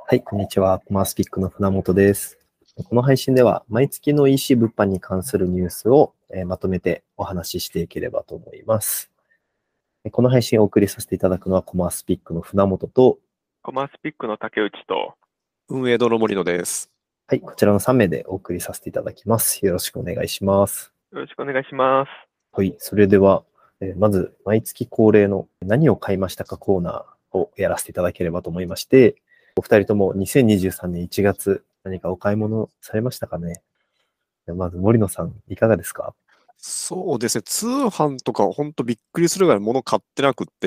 はい、こんにちは。コマースピックの船本です。この配信では、毎月の EC 物販に関するニュースをまとめてお話ししていければと思います。この配信をお送りさせていただくのは、コマースピックの船本と、 コマースピックの竹内と、 運営堂の森野です。 はい、こちらの3名でお送りさせていただきます。よろしくお願いします。 よろしくお願いします。 はい、それでは、まず、毎月恒例の何を買いましたかコーナーをやらせていただければと思いまして、お二人とも2023年1月、何かお買い物されましたかね。まず、森野さん、いかがですか？ そうですね、通販とか本当びっくりするぐらい物買ってなくって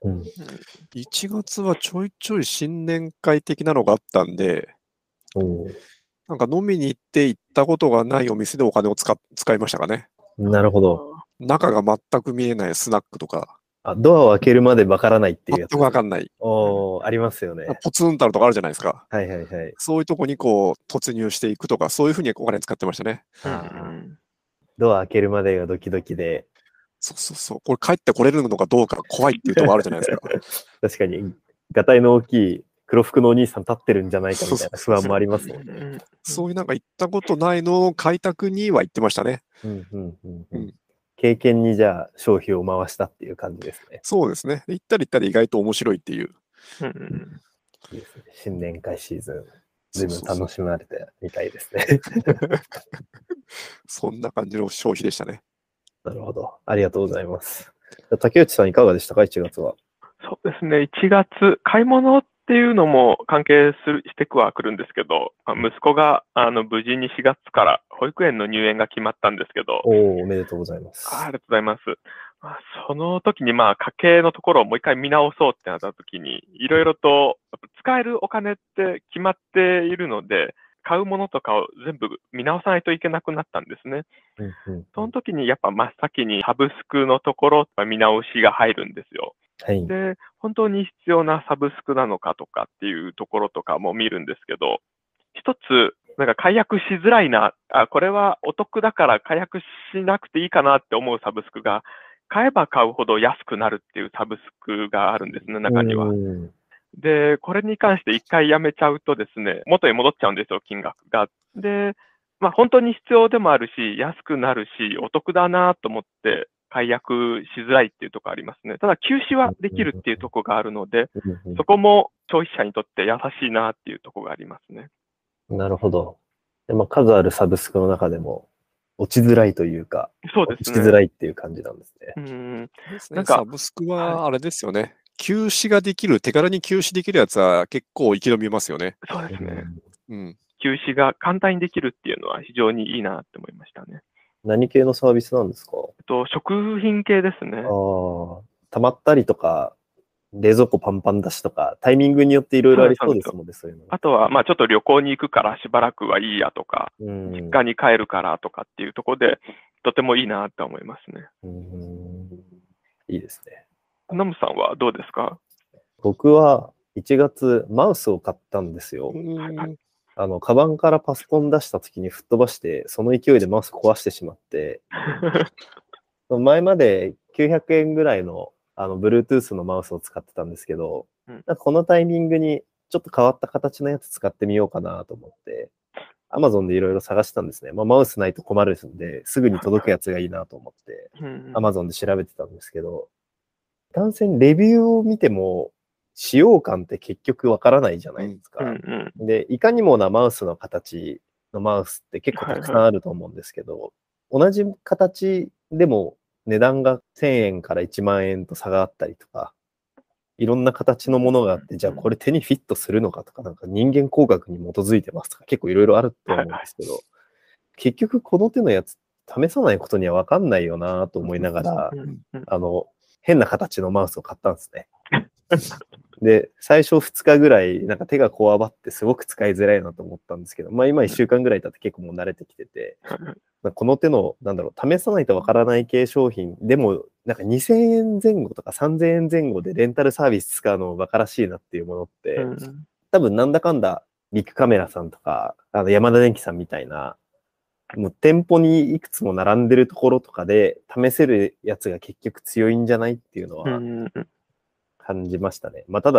、1月はちょいちょい新年会的なのがあったんで、なんか飲みに行って行ったことがないお店でお金を使いましたかね。 なるほど。 中が全く見えないスナックとか、 ドアを開けるまでわからないっていうやつ。 全くわかんない。 ありますよね。 ポツンとあるとかあるじゃないですか。 はいはいはい。 そういうとこにこう突入していくとか、そういうふうにお金使ってましたね。 ドア開けるまでがドキドキで。 そう。これ帰ってこれるのかどうか怖いっていうところあるじゃないですか。 確かに、がたいの大きい黒服のお兄さん立ってるんじゃないかみたいな不安もありますもんね。 そういうなんか行ったことないのを開拓には行ってましたね。 経験にじゃあ消費を回したっていう感じですね。 そうですね。行ったり意外と面白いっていう。 いいですね。新年会シーズン、随分楽しまれてみたいですね。 そんな感じの消費でしたね。 なるほど。ありがとうございます。竹内さんいかがでしたか、1月は。 そうですね、1月、買い物っていうのも関係してはくるんですけど、息子が無事に4月から保育園の入園が決まったんですけど、 おめでとうございます。 ありがとうございます。その時に家計のところをもう一回見直そうってなった時に、いろいろと使えるお金って決まっているので、買うものとかを全部見直さないといけなくなったんですね。その時にやっぱ真っ先にサブスクのところ見直しが入るんですよ。で、本当に必要なサブスクなのかとかっていうところとかも見るんですけど、一つ、なんか解約しづらいな、これはお得だから解約しなくていいかなって思うサブスクが、買えば買うほど安くなるっていうサブスクがあるんですね、中には。で、これに関して一回やめちゃうとですね、元に戻っちゃうんですよ、金額が。で、本当に必要でもあるし、安くなるし、お得だなと思って解約しづらいっていうところありますね。ただ、休止はできるっていうところがあるので、そこも消費者にとって優しいなっていうところがありますね。 なるほど。数あるサブスクの中でも落ちづらいというか、 そうですね。 落ちづらいっていう感じなんですね。なんかサブスクはあれですよね。休止ができる、手軽に休止できるやつは結構生き延びますよね。 そうですね。休止が簡単にできるっていうのは非常にいいなって思いましたね。 何系のサービスなんですか？ 食品系ですね。 溜まったりとか、冷蔵庫パンパンだしとか、タイミングによっていろいろありそうですもんね、そういうの。 あとは、ちょっと旅行に行くからしばらくはいいやとか、実家に帰るからとかっていうところで、とてもいいなと思いますね。 いいですね。 ナムさんはどうですか？ 僕は1月、マウスを買ったんですよ。カバンからパソコン出した時に吹っ飛ばして、その勢いでマウス壊してしまって、前まで900円ぐらいのBluetooth のマウスを使ってたんですけど、このタイミングにちょっと変わった形のやつ使ってみようかなと思って、Amazon でいろいろ探したんですね。マウスないと困るんで、すぐに届くやつがいいなと思って、Amazon で調べてたんですけど、男性にレビューを見ても、使用感って結局わからないじゃないですか。で、いかにもなマウスの形のマウスって結構たくさんあると思うんですけど、同じ形でも値段が1000円から1万円と差があったりとか、いろんな形のものがあって、じゃあこれ手にフィットするのかとか、なんか人間工学に基づいてますとか、結構いろいろあると思うんですけど、結局この手のやつ試さないことにはわかんないよなと思いながら、変な形のマウスを買ったんですね。で、最初2日ぐらい、なんか手がこわばってすごく使いづらいなと思ったんですけど、今1週間ぐらい経って結構もう慣れてきてて、この手の、試さないとわからない系商品、でも、なんか2000円前後とか3000円前後でレンタルサービス使うの馬鹿らしいなっていうものって、多分なんだかんだ、ビッグカメラさんとか、ヤマダ電機さんみたいな、もう店舗にいくつも並んでるところとかで試せるやつが結局強いんじゃないっていうのは感じましたね。ただ、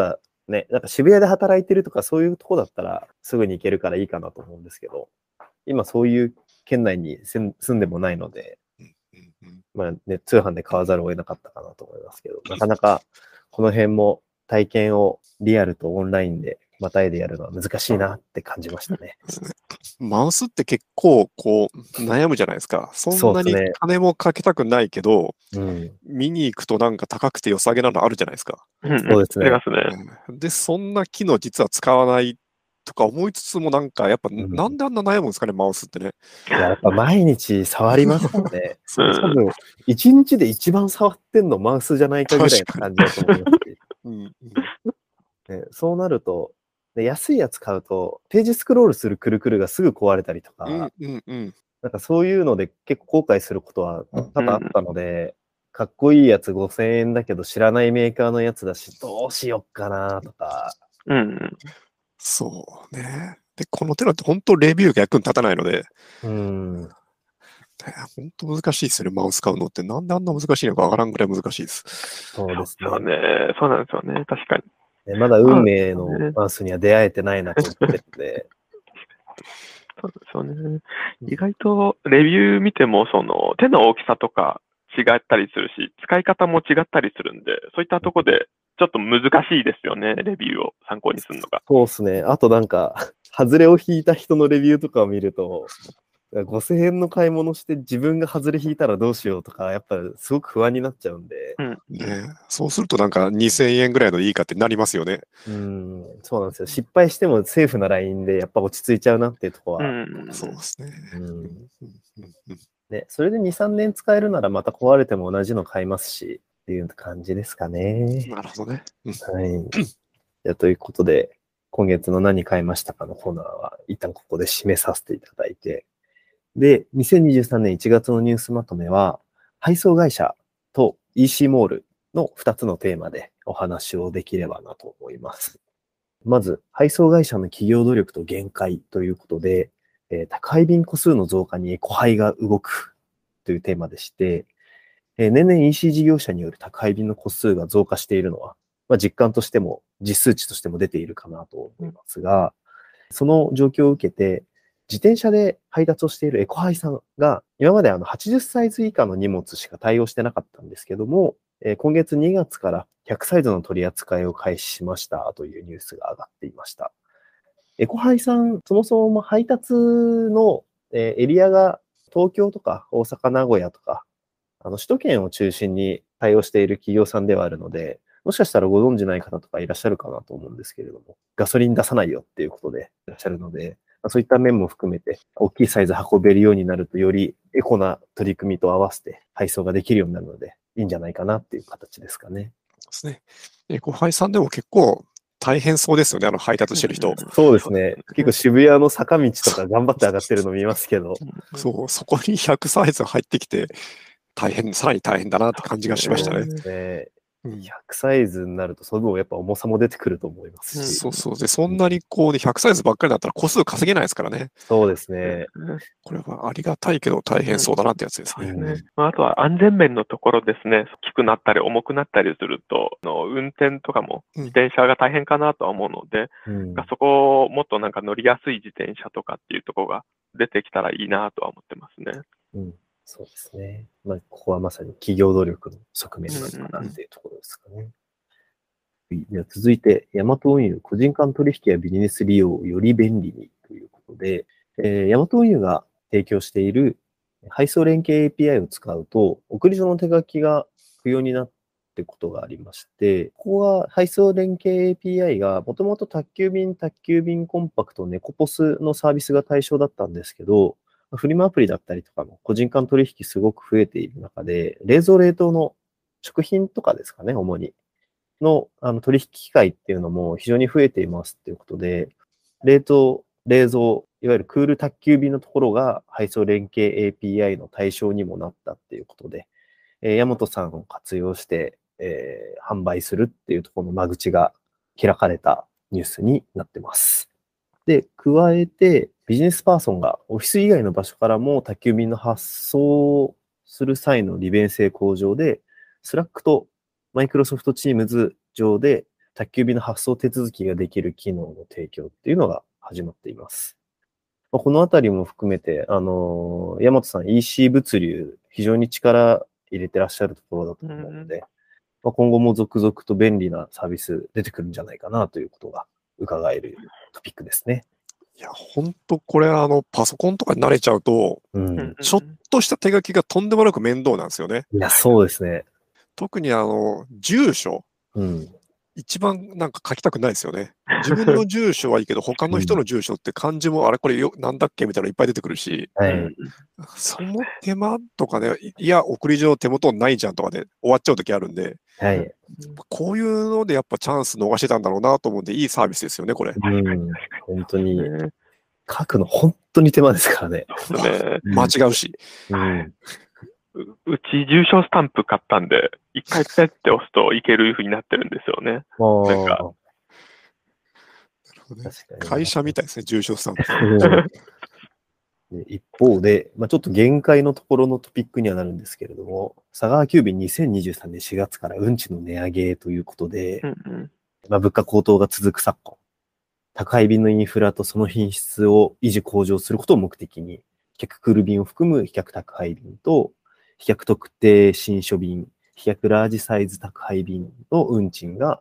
ね、なんか渋谷で働いてるとかそういうとこだったらすぐに行けるからいいかなと思うんですけど、今そういう県内に住んでもないので、まあね、通販で買わざるを得なかったかなと思いますけど、なかなかこの辺も体験をリアルとオンラインでまたいでやるのは難しいなって感じましたね。 マウスって結構こう悩むじゃないですか。そんなに金もかけたくないけど、見に行くとなんか高くて良さげなのあるじゃないですか。 そうですね。 ありますね。 で、そんな機能実は使わないとか思いつつもなんかやっぱなんであんな悩むんですかね、マウスってね。 いや、やっぱ毎日触りますもんね。多分、一日で一番触ってんのマウスじゃないかぐらいの感じだと思いますし。そうなると、安いやつ買うと、ページスクロールするくるくるがすぐ壊れたりとか、なんかそういうので結構後悔することは多々あったので、かっこいいやつ5000円だけど知らないメーカーのやつだし、どうしよっかなとか。 そうね。で、この手のって本当レビューが役に立たないので、本当難しいですよね、マウス買うのって。なんであんな難しいのかわからんぐらい難しいです。 そうですね。 そうなんですよね、確かに。 まだ運命のマウスには出会えてないなと思ってて。 そうですよね。意外とレビュー見ても、手の大きさとか違ったりするし、使い方も違ったりするんで、そういったところでちょっと難しいですよね、レビューを参考にするのが。 そうですね。あとなんか、外れを引いた人のレビューとかを見ると、5000円の買い物して自分が外れ引いたらどうしようとか、やっぱすごく不安になっちゃうんで。 そうするとなんか2000円ぐらいのいいかってなりますよね。 そうなんですよ。失敗してもセーフなラインでやっぱ落ち着いちゃうなっていうところは。 そうですね。 それで2、3年使えるならまた壊れても同じの買いますしっていう感じですかね。 なるほどね。 はい。ということで、今月の何買いましたかのコーナーは一旦ここで締めさせていただいて、で、2023年1月のニュースまとめは、配送会社と EC モールの2つのテーマでお話をできればなと思います。まず、配送会社の企業努力と限界ということで、宅配便個数の増加にエコ配が動くというテーマでして、年々 EC 事業者による宅配便の個数が増加しているのは、実感としても実数値としても出ているかなと思いますが、その状況を受けて、自転車で配達をしているエコ配さんが、今まで80サイズ以下の荷物しか対応してなかったんですけども、今月2月から100サイズの取り扱いを開始しましたというニュースが上がっていました。エコ配さん、そもそも配達のエリアが東京とか大阪、名古屋とか、首都圏を中心に対応している企業さんではあるので、もしかしたらご存知ない方とかいらっしゃるかなと思うんですけれども、ガソリン出さないよっていうことでいらっしゃるので、そういった面も含めて、大きいサイズ運べるようになると、よりエコな取り組みと合わせて配送ができるようになるので、いいんじゃないかなっていう形ですかね。 ですね。エコ配さんでも結構大変そうですよね、配達してる人。 そうですね。結構渋谷の坂道とか頑張って上がってるの見ますけど。 そう、そこに100サイズ入ってきて、さらに大変だなって感じがしましたね。 100サイズになると、その分やっぱ重さも出てくると思いますし。 そうそう。で、そんなに100サイズばっかりだったら個数稼げないですからね。 そうですね。 これはありがたいけど大変そうだなってやつですね。 あとは安全面のところですね。大きくなったり重くなったりすると、運転とかも自転車が大変かなとは思うので、そこをもっとなんか乗りやすい自転車とかっていうところが出てきたらいいなとは思ってますね。 そうですね。ここはまさに企業努力の側面なのかなっていうところですかね。では続いて、ヤマト運輸個人間取引やビジネス利用をより便利にということで、ヤマト運輸が提供している配送連携 API を使うと、送り所の手書きが不要になってことがありまして、ここは配送連携 API がもともと宅急便コンパクト、ネコポスのサービスが対象だったんですけど、フリマアプリだったりとかの個人間取引すごく増えている中で、冷蔵冷凍の食品とかですかね、主に。の取引機会っていうのも非常に増えていますっていうことで、冷凍、冷蔵、いわゆるクール宅急便のところが配送連携 API の対象にもなったっていうことで、ヤマトさんを活用して、販売するっていうところの間口が開かれたニュースになってます。で、加えてビジネスパーソンがオフィス以外の場所からも宅急便の発送する際の利便性向上で、スラックとマイクロソフトチームズ上で宅急便の発送手続きができる機能の提供っていうのが始まっています。このあたりも含めて、大和さん EC 物流、非常に力入れてらっしゃるところだと思うので、今後も続々と便利なサービス出てくるんじゃないかなということが伺えるトピックですね。 いや、本当これパソコンとかに慣れちゃうと、ちょっとした手書きがとんでもなく面倒なんですよね。 いや、そうですね。 特に住所。一番なんか書きたくないですよね。自分の住所はいいけど、他の人の住所って漢字も、あれこれなんだっけみたいなのいっぱい出てくるし、その手間とかね、いや、送り状手元にないじゃんとかで終わっちゃうときあるんで、こういうのでやっぱチャンス逃してたんだろうなと思うんで、いいサービスですよね、これ。 本当に。書くの本当に手間ですからね。 間違うし。 うち住所スタンプ買ったんで、一回ペッて押すといける風になってるんですよね。 会社みたいですね、住所スタンプ。 一方で、ちょっと限界のところのトピックにはなるんですけれども、佐川急便2023年4月から運賃の値上げということで、物価高騰が続く昨今、宅配便のインフラとその品質を維持向上することを目的に、飛脚クール便を含む飛脚宅配便と、飛脚特定新書便、飛脚ラージサイズ宅配便の運賃が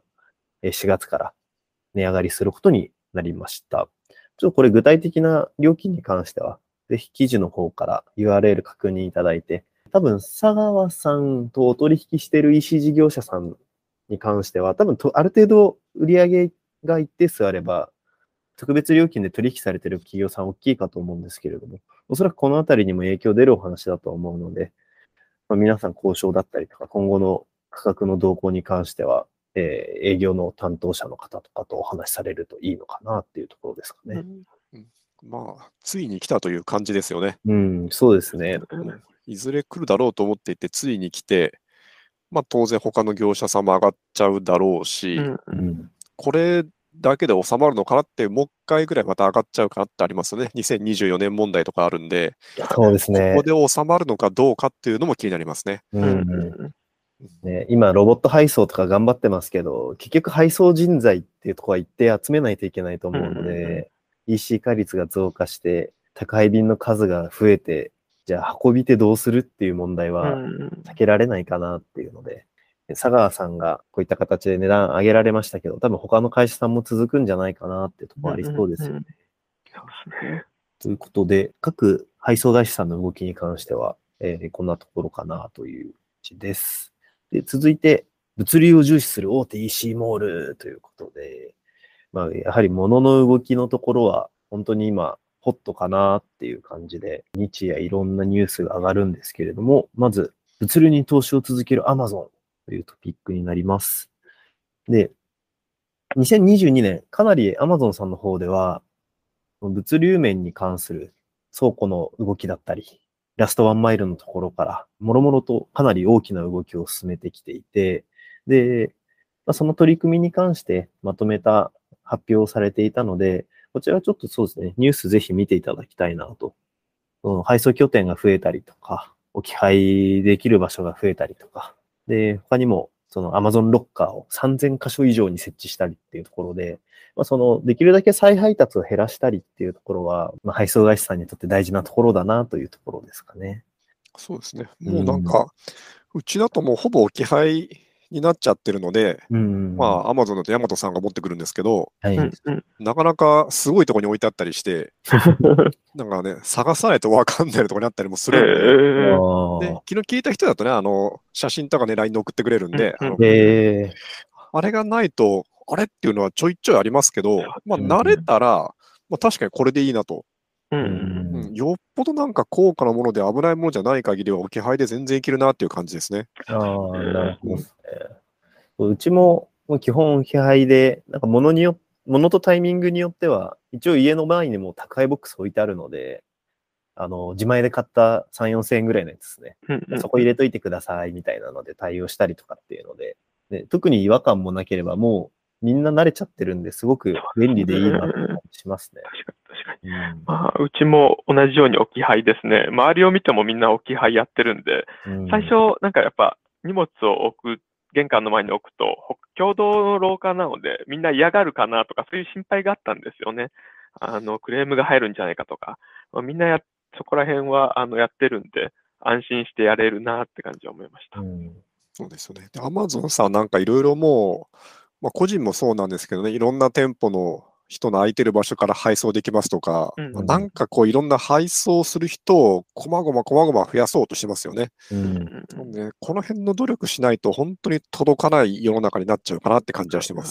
4月から値上がりすることになりました。ちょっとこれ具体的な料金に関しては、ぜひ記事の方から URL 確認いただいて、多分佐川さんとお取引している EC 事業者さんに関しては、多分ある程度売上が一定数あれば、特別料金で取引されている企業さん大きいかと思うんですけれども、おそらくこのあたりにも影響出るお話だと思うので、皆さん交渉だったりとか、今後の価格の動向に関しては、営業の担当者の方とかとお話しされるといいのかなっていうところですかね。 ついに来たという感じですよね。 そうですね。 いずれ来るだろうと思っていて、ついに来て、当然他の業者さんも上がっちゃうだろうし、これだけで収まるのかなって、もう一回ぐらいまた上がっちゃうかなってありますよね。2024年問題とかあるんで、 そうですね。 ここで収まるのかどうかっていうのも気になりますね。 今、ロボット配送とか頑張ってますけど、結局配送人材っていうところは一定集めないといけないと思うので、EC 化率が増加して、宅配便の数が増えて、じゃあ運び手どうするっていう問題は避けられないかなっていうので、佐川さんがこういった形で値段上げられましたけど、多分他の会社さんも続くんじゃないかなっていうところありそうですよね。ということで、各配送会社さんの動きに関しては、こんなところかなという感じです。で、続いて、物流を重視する大手 EC モールということで、やはり物の動きのところは本当に今ホットかなっていう感じで、日夜いろんなニュースが上がるんですけれども、まず物流に投資を続ける Amazon というトピックになります。で、2022年、かなり Amazon さんの方では、物流面に関する倉庫の動きだったり、ラストワンマイルのところから、もろもろとかなり大きな動きを進めてきていて、で、その取り組みに関してまとめた発表をされていたので、こちらはちょっとそうですね、ニュースぜひ見ていただきたいなと。配送拠点が増えたりとか、置き配できる場所が増えたりとか、で、他にも、Amazon ロッカーを3000箇所以上に設置したりっていうところで、できるだけ再配達を減らしたりっていうところは、配送会社さんにとって大事なところだなというところですかね。 そうですね。もうなんか、うちだともうほぼ置き配になっちゃってるので、Amazon だとヤマトさんが持ってくるんですけど、なかなかすごいところに置いてあったりして、なんかね、探さないと分かんないところにあったりもするんで、昨日聞いた人だとね、写真とかね、LINE に送ってくれるんで、あれがないと、あれっていうのはちょいちょいありますけど、慣れたら、確かにこれでいいなと。よっぽどなんか高価なもので危ないものじゃない限りは置き配で全然いけるなっていう感じですね。 なるほどですね。うちも基本置き配で、なんか物とタイミングによっては、一応家の前にも宅配ボックス置いてあるので、自前で買った3、4千円ぐらいのやつですね。そこ入れといてくださいみたいなので対応したりとかっていうので、特に違和感もなければもうみんな慣れちゃってるんですごく便利でいいなって感じしますね。 確かに。うちも同じように置き配ですね。周りを見てもみんな置き配やってるんで、最初なんかやっぱ荷物を置く玄関の前に置くと、共同の廊下なので、みんな嫌がるかなとか、そういう心配があったんですよね。クレームが入るんじゃないかとか、みんなそこら辺はやってるんで、安心してやれるなって感じは思いました。 そうですよね。で、アマゾンさんなんかいろいろもう、個人もそうなんですけどね、いろんな店舗の人の空いてる場所から配送できますとか、なんかこういろんな配送する人をこまごま増やそうとしてますよね。この辺の努力しないと本当に届かない世の中になっちゃうかなって感じはしてます。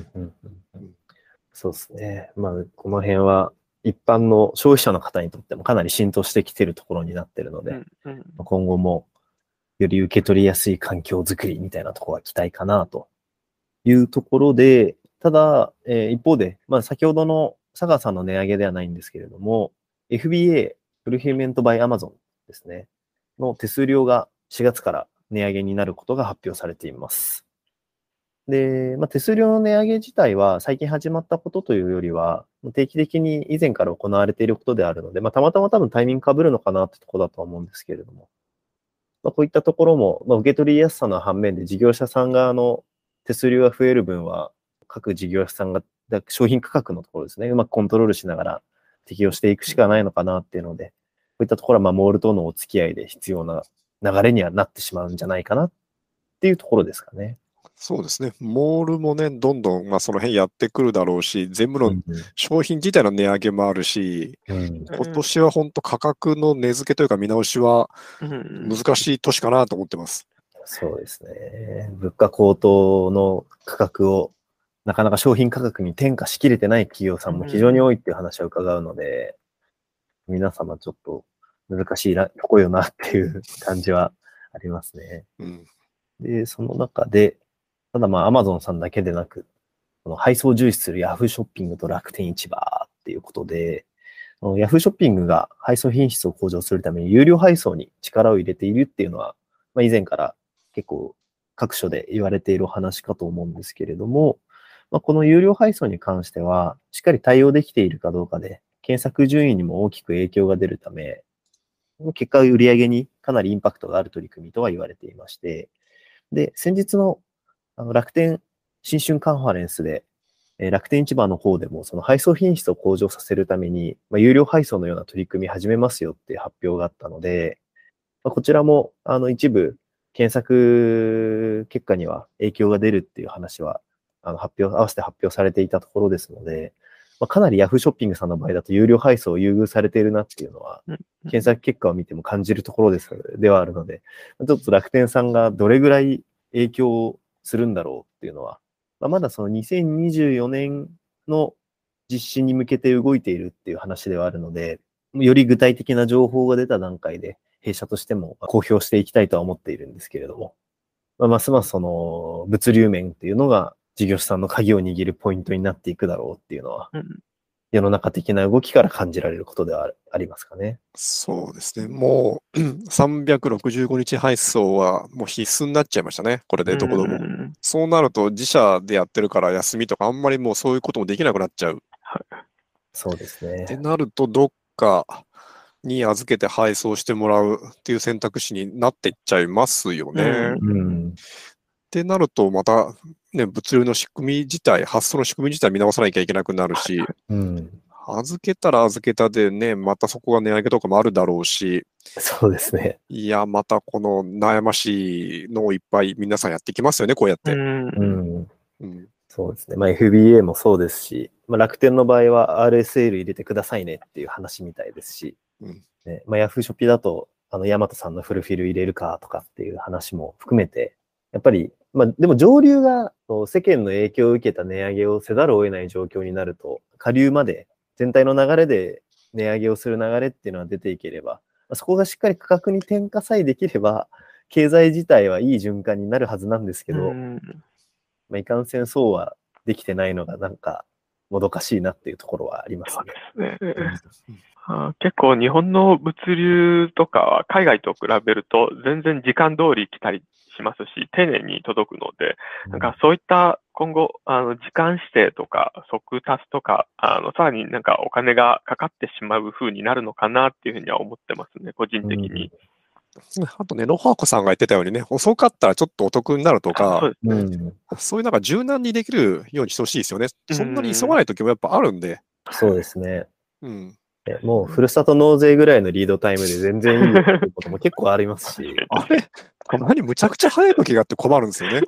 そうですね。この辺は一般の消費者の方にとってもかなり浸透してきているところになっているので、今後もより受け取りやすい環境づくりみたいなところは期待かなというところで、ただ、一方で、先ほどの佐川さんの値上げではないんですけれども、FBA、フルフィルメントバイアマゾンですね、の手数料が4月から値上げになることが発表されています。で、手数料の値上げ自体は最近始まったことというよりは、定期的に以前から行われていることであるので、たまたま多分タイミング被るのかなってところだと思うんですけれども、こういったところも、受け取りやすさの反面で事業者さん側の手数料が増える分は、各事業者さんが商品価格のところですね、うまくコントロールしながら適用していくしかないのかなっていうので、こういったところはモールとのお付き合いで必要な流れにはなってしまうんじゃないかなっていうところですかね。 そうですね。モールもね、どんどんその辺やってくるだろうし、全部の商品自体の値上げもあるし、今年は本当価格の値付けというか見直しは難しい年かなと思ってます。 そうですね。物価高騰の価格をなかなか商品価格に転嫁しきれてない企業さんも非常に多いっていう話を伺うので、皆様ちょっと難しいとこよなっていう感じはありますね。で、その中で、ただAmazon さんだけでなく、配送を重視する Yahoo ショッピングと楽天市場っていうことで、Yahoo ショッピングが配送品質を向上するために有料配送に力を入れているっていうのは、以前から結構各所で言われているお話かと思うんですけれども、この有料配送に関しては、しっかり対応できているかどうかで、検索順位にも大きく影響が出るため、結果売上にかなりインパクトがある取り組みとは言われていまして、で、先日の楽天新春カンファレンスで、楽天市場の方でもその配送品質を向上させるために、有料配送のような取り組み始めますよっていう発表があったので、こちらも一部検索結果には影響が出るっていう話は合わせて発表されていたところですので、かなり Yahoo ショッピングさんの場合だと有料配送を優遇されているなっていうのは、検索結果を見ても感じるところではあるので、ちょっと楽天さんがどれぐらい影響するんだろうっていうのは、まだその2024年の実施に向けて動いているっていう話ではあるので、より具体的な情報が出た段階で、弊社としても公表していきたいとは思っているんですけれども、ますますその物流面っていうのが事業者さんの鍵を握るポイントになっていくだろうっていうのは、世の中的な動きから感じられることではありますかね。 そうですね。もう365日配送はもう必須になっちゃいましたね。これでどこでも。そうなると自社でやってるから休みとかあんまりもうそういうこともできなくなっちゃう。 そうですね。 ってなるとどっかに預けて配送してもらうっていう選択肢になっていっちゃいますよね。ってなるとまたね、物流の仕組み自体、発送の仕組み自体見直さなきゃいけなくなるし、預けたら預けたでね、またそこが値上げとかもあるだろうし、 そうですね。 いや、またこの悩ましいのをいっぱい皆さんやってきますよね、こうやって。 そうですね。FBA もそうですし、楽天の場合は RSL 入れてくださいねっていう話みたいですし、Yahoo ショッピだと、ヤマトさんのフルフィル入れるかとかっていう話も含めて、やっぱり、でも上流が世間の影響を受けた値上げをせざるを得ない状況になると、下流まで全体の流れで値上げをする流れっていうのは出ていければ、そこがしっかり価格に転嫁さえできれば、経済自体はいい循環になるはずなんですけど、いかんせんそうはできてないのがなんかもどかしいなっていうところはありますね。 結構日本の物流とかは海外と比べると全然時間通り来たりしますし、丁寧に届くので、なんかそういった今後、時間指定とか速達とか、さらになんかお金がかかってしまう風になるのかなっていうふうには思ってますね、個人的に。 あとね、野穂子さんが言ってたようにね、遅かったらちょっとお得になるとそうか、 ですね。 そういうなんか柔軟にできるようにしてほしいですよね。そんなに急がうん。 ない時もやっぱあるんで。 そうですね。 うん。 もう、ふるさと納税ぐらいのリードタイムで全然いいよっていうことも結構ありますし。 あれたまにむちゃくちゃ早い時があって困るんですよね。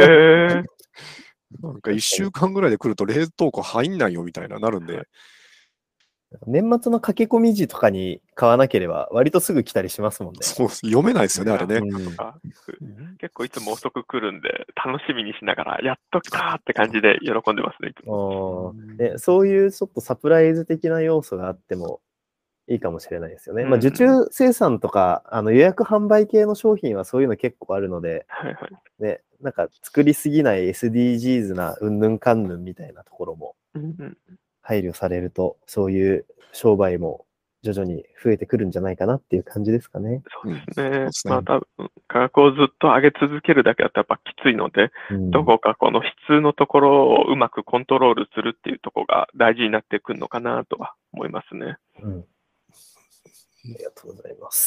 なんか1週間ぐらいで来ると冷凍庫入んないよみたいななるんで。 年末の駆け込み時とかに買わなければ割とすぐ来たりしますもんね。 そう、読めないですよね、あれね。 結構いつも遅く来るんで、楽しみにしながら、やっと来たって感じで喜んでますね、いつも。 そういうちょっとサプライズ的な要素があってもいいかもしれないですよね。まあ、受注生産とか予約販売系の商品はそういうの結構あるので、ね、なんか作りすぎない SDGs なうんぬんかんぬんみたいなところも配慮されると、そういう商売も徐々に増えてくるんじゃないかなっていう感じですかね。 そうですね。まあ多分、価格をずっと上げ続けるだけだとやっぱきついので、どこかこの質のところをうまくコントロールするっていうところが大事になってくるのかなとは思いますね。 ありがとうございます。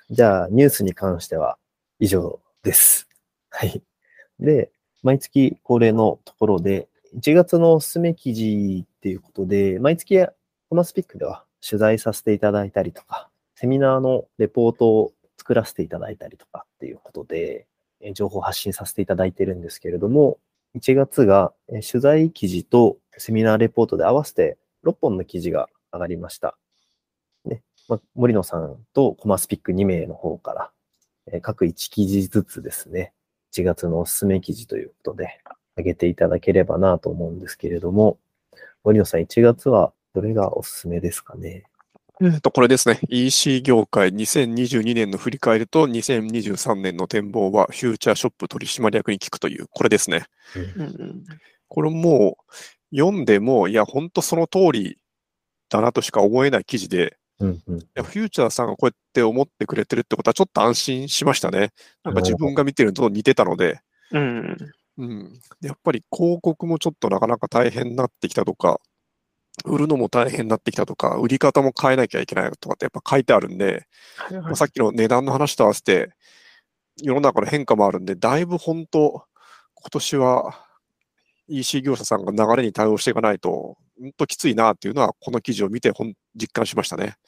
じゃあ、ニュースに関しては以上です。はい。で、毎月恒例のところで、1月のおすすめ記事っていうことで、毎月コマスピックでは取材させていただいたりとか、セミナーのレポートを作らせていただいたりとかっていうことで、情報を発信させていただいてるんですけれども、1月が取材記事とセミナーレポートで合わせて6本の記事が上がりました。森野さんとコマスピック2名の方から、各1記事ずつですね、1月のおすすめ記事ということで、上げていただければなと思うんですけれども、森野さん、1月はどれがおすすめですかね。 これですね。EC 業界2022年の振り返りと2023年の展望はフューチャーショップ取締役に聞くという、これですね。これもう読んでも、いや、本当その通りだなとしか思えない記事で、フューチャーさんがこうやって思ってくれてるってことはちょっと安心しましたね。なんか自分が見てるのと似てたので、やっぱり広告もちょっとなかなか大変になってきたとか、売るのも大変になってきたとか、売り方も変えなきゃいけないとかってやっぱ書いてあるんで、さっきの値段の話と合わせて、世の中の変化もあるんで、だいぶ本当、今年は EC 業者さんが流れに対応していかないと、本当きついなっていうのは、この記事を見て実感しましたね。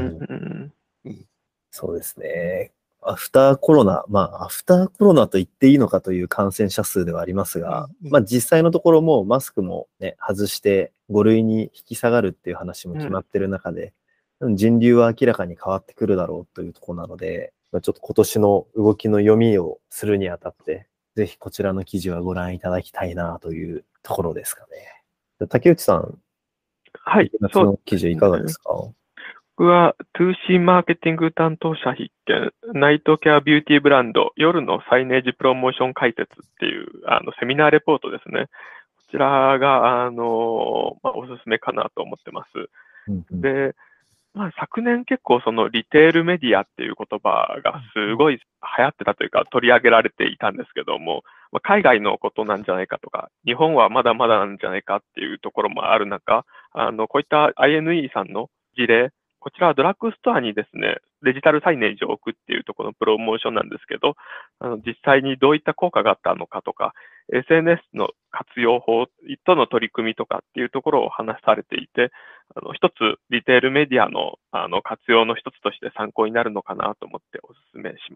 そうですね。アフターコロナ、アフターコロナと言っていいのかという感染者数ではありますが、実際のところもマスクもね、外して5類に引き下がるっていう話も決まってる中で、人流は明らかに変わってくるだろうというところなので、ちょっと今年の動きの読みをするにあたって、ぜひこちらの記事はご覧いただきたいなというところですかね。竹内さん、 はい。 その記事いかがですか？ 僕は 2C マーケティング担当者必見、ナイトケアビューティーブランド、夜のサイネージプロモーション解説っていうセミナーレポートですね。こちらがおすすめかなと思ってます。で、昨年結構そのリテールメディアっていう言葉がすごい流行ってたというか取り上げられていたんですけども、海外のことなんじゃないかとか、日本はまだまだなんじゃないかっていうところもある中、こういった INE さんの事例、こちらはドラッグストアにですね、デジタルサイネージを置くっていうところのプロモーションなんですけど、実際にどういった効果があったのかとか、SNS の活用法との取り組みとかっていうところを話されていて、一つリテールメディアの活用の一つとして参考になるのかなと思ってお勧めします。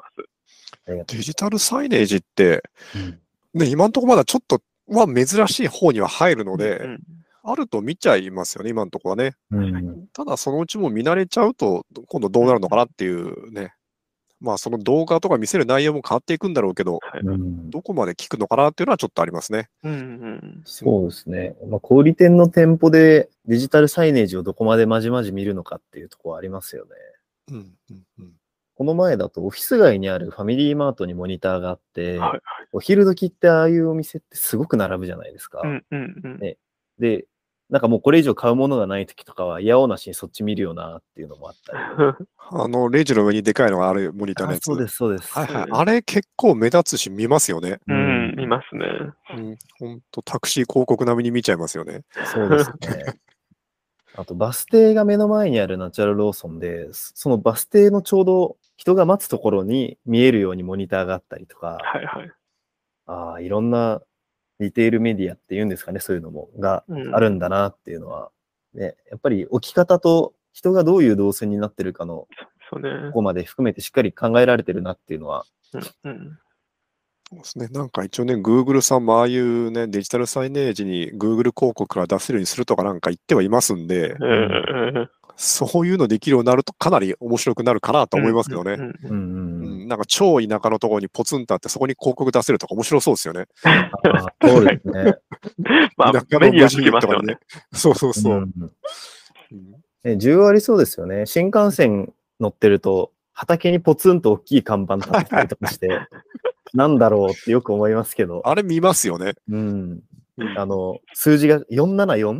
デジタルサイネージって、今のところまだちょっとは珍しい方には入るので、あると見ちゃいますよね、今のところはね。ただそのうちも見慣れちゃうと、今度どうなるのかなっていうね。その動画とか見せる内容も変わっていくんだろうけど、どこまで聞くのかなっていうのはちょっとありますね。 そうですね。小売店の店舗でデジタルサイネージをどこまでまじまじ見るのかっていうところはありますよね。この前だとオフィス街にあるファミリーマートにモニターがあって、お昼時ってああいうお店ってすごく並ぶじゃないですか。で、なんかもうこれ以上買うものがない時とかは、いやおなしにそっち見るよなっていうのもあったり。 レジの上にでかいのがあるモニターのやつ。 そうです、そうです。 あれ結構目立つし見ますよね。 見ますね。 本当タクシー広告並みに見ちゃいますよね。 そうですね。あとバス停が目の前にあるナチュラルローソンで、そのバス停のちょうど人が待つところに見えるようにモニターがあったりとか、 はいはい。 いろんなリテールメディアっていうんですかね、そういうのも、があるんだなっていうのは、ね、やっぱり置き方と人がどういう動線になってるかの、 そうね。 ここまで含めてしっかり考えられてるなっていうのは。 そうですね。なんか一応ね、Google さんもああいうね、デジタルサイネージに Google 広告から出せるようにするとかなんか言ってはいますんで、そういうのできるようになるとかなり面白くなるかなと思いますけどね。なんか超田舎のところにポツンとあってそこに広告出せるとか面白そうですよね。 そうですね。 まあ、目にはつきますよね。 そうそうそう。 需要ありそうですよね。新幹線乗ってると畑にポツンと大きい看板立ってたりとかして、なんだろうってよく思いますけど。 あれ見ますよね。 数字が 474？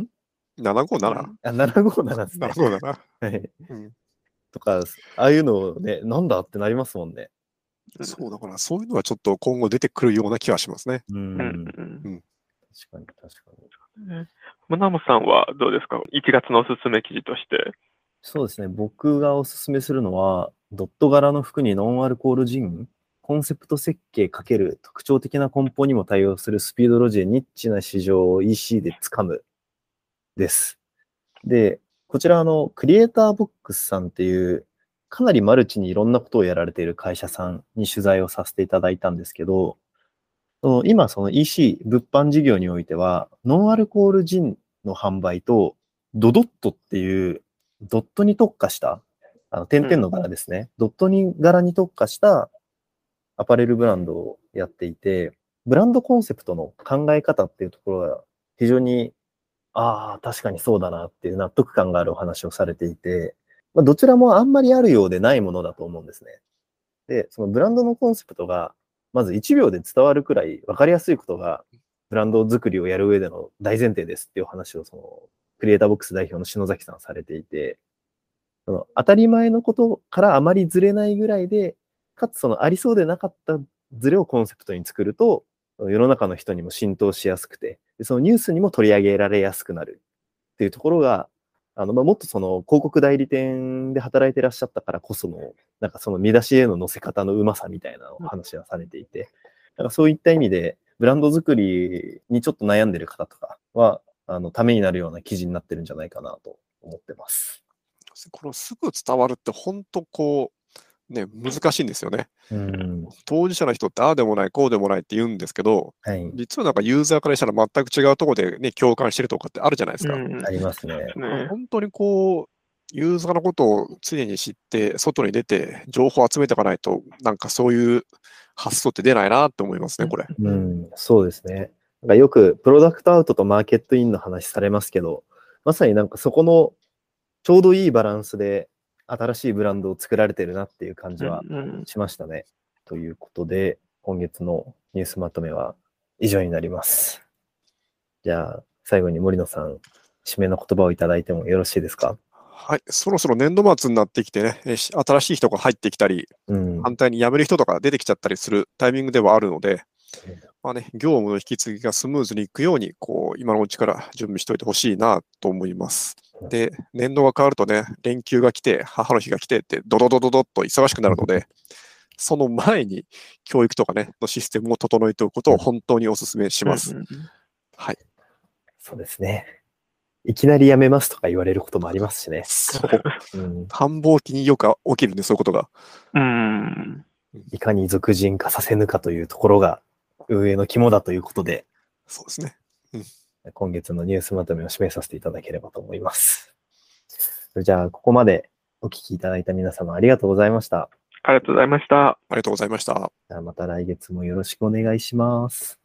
757？ 757ですね。 757。 はい。とか、ああいうのをね、なんだってなりますもんね。 そう、だからそういうのはちょっと今後出てくるような気はしますね。 確かに、確かに。 ナモさんはどうですか？ 1 月のおすすめ記事として。 そうですね。僕がおすすめするのは、ドット柄の服にノンアルコールジン、コンセプト設計×特徴的な梱包にも対応するスピードロジでニッチな市場を EC で掴むです。で、こちらクリエイターボックスさんっていう、かなりマルチにいろんなことをやられている会社さんに取材をさせていただいたんですけど、今その EC、物販事業においては、ノンアルコールジンの販売と、ドドットっていう、ドットに特化した、点々の柄ですね。ドットに柄に特化したアパレルブランドをやっていて、ブランドコンセプトの考え方っていうところが非常に、確かにそうだなっていう納得感があるお話をされていて、どちらもあんまりあるようでないものだと思うんですね。で、そのブランドのコンセプトが、まず1秒で伝わるくらい分かりやすいことが、ブランド作りをやる上での大前提ですっていう話を、クリエイターボックス代表の篠崎さんされていて、当たり前のことからあまりずれないぐらいで、かつありそうでなかったずれをコンセプトに作ると、世の中の人にも浸透しやすくて、そのニュースにも取り上げられやすくなるっていうところが、もっと広告代理店で働いていらっしゃったからこその、なんかその見出しへの載せ方のうまさみたいなお話はされていて、なんかそういった意味で、ブランド作りにちょっと悩んでる方とかは、ためになるような記事になってるんじゃないかなと思ってます。 このすぐ伝わるって本当ね、難しいんですよね。当事者の人ってああでもないこうでもないって言うんですけど、実はなんかユーザーからしたら全く違うところでね、共感してるとかってあるじゃないですか。 ありますね。 本当にユーザーのことを常に知って外に出て情報を集めていかないとなんかそういう発想って出ないなって思いますね、これ。 そうですね。なんかよくプロダクトアウトとマーケットインの話されますけど、まさになんかそこのちょうどいいバランスで新しいブランドを作られてるなっていう感じはしましたね。ということで、今月のニュースまとめは以上になります。じゃあ、最後に森野さん、締めの言葉をいただいてもよろしいですか？ はい、そろそろ年度末になってきてね、新しい人が入ってきたり、反対に辞める人とか出てきちゃったりするタイミングではあるので、業務の引き継ぎがスムーズにいくように、今のうちから準備しておいてほしいなと思います。で、年度が変わるとね、連休が来て、母の日が来てって、ドドドドドッと忙しくなるので、その前に教育とかね、のシステムを整えておくことを本当にお勧めします。はい。 そうですね。いきなり辞めますとか言われることもありますしね。 そう。繁忙期によく起きるんで、そういうことが。 いかに属人化させぬかというところが運営の肝だということで、 そうですね。 今月のニュースまとめを締めさせていただければと思います。じゃあ、ここまでお聞きいただいた皆様ありがとうございました。 ありがとうございました。 ありがとうございました。 じゃあまた来月もよろしくお願いします。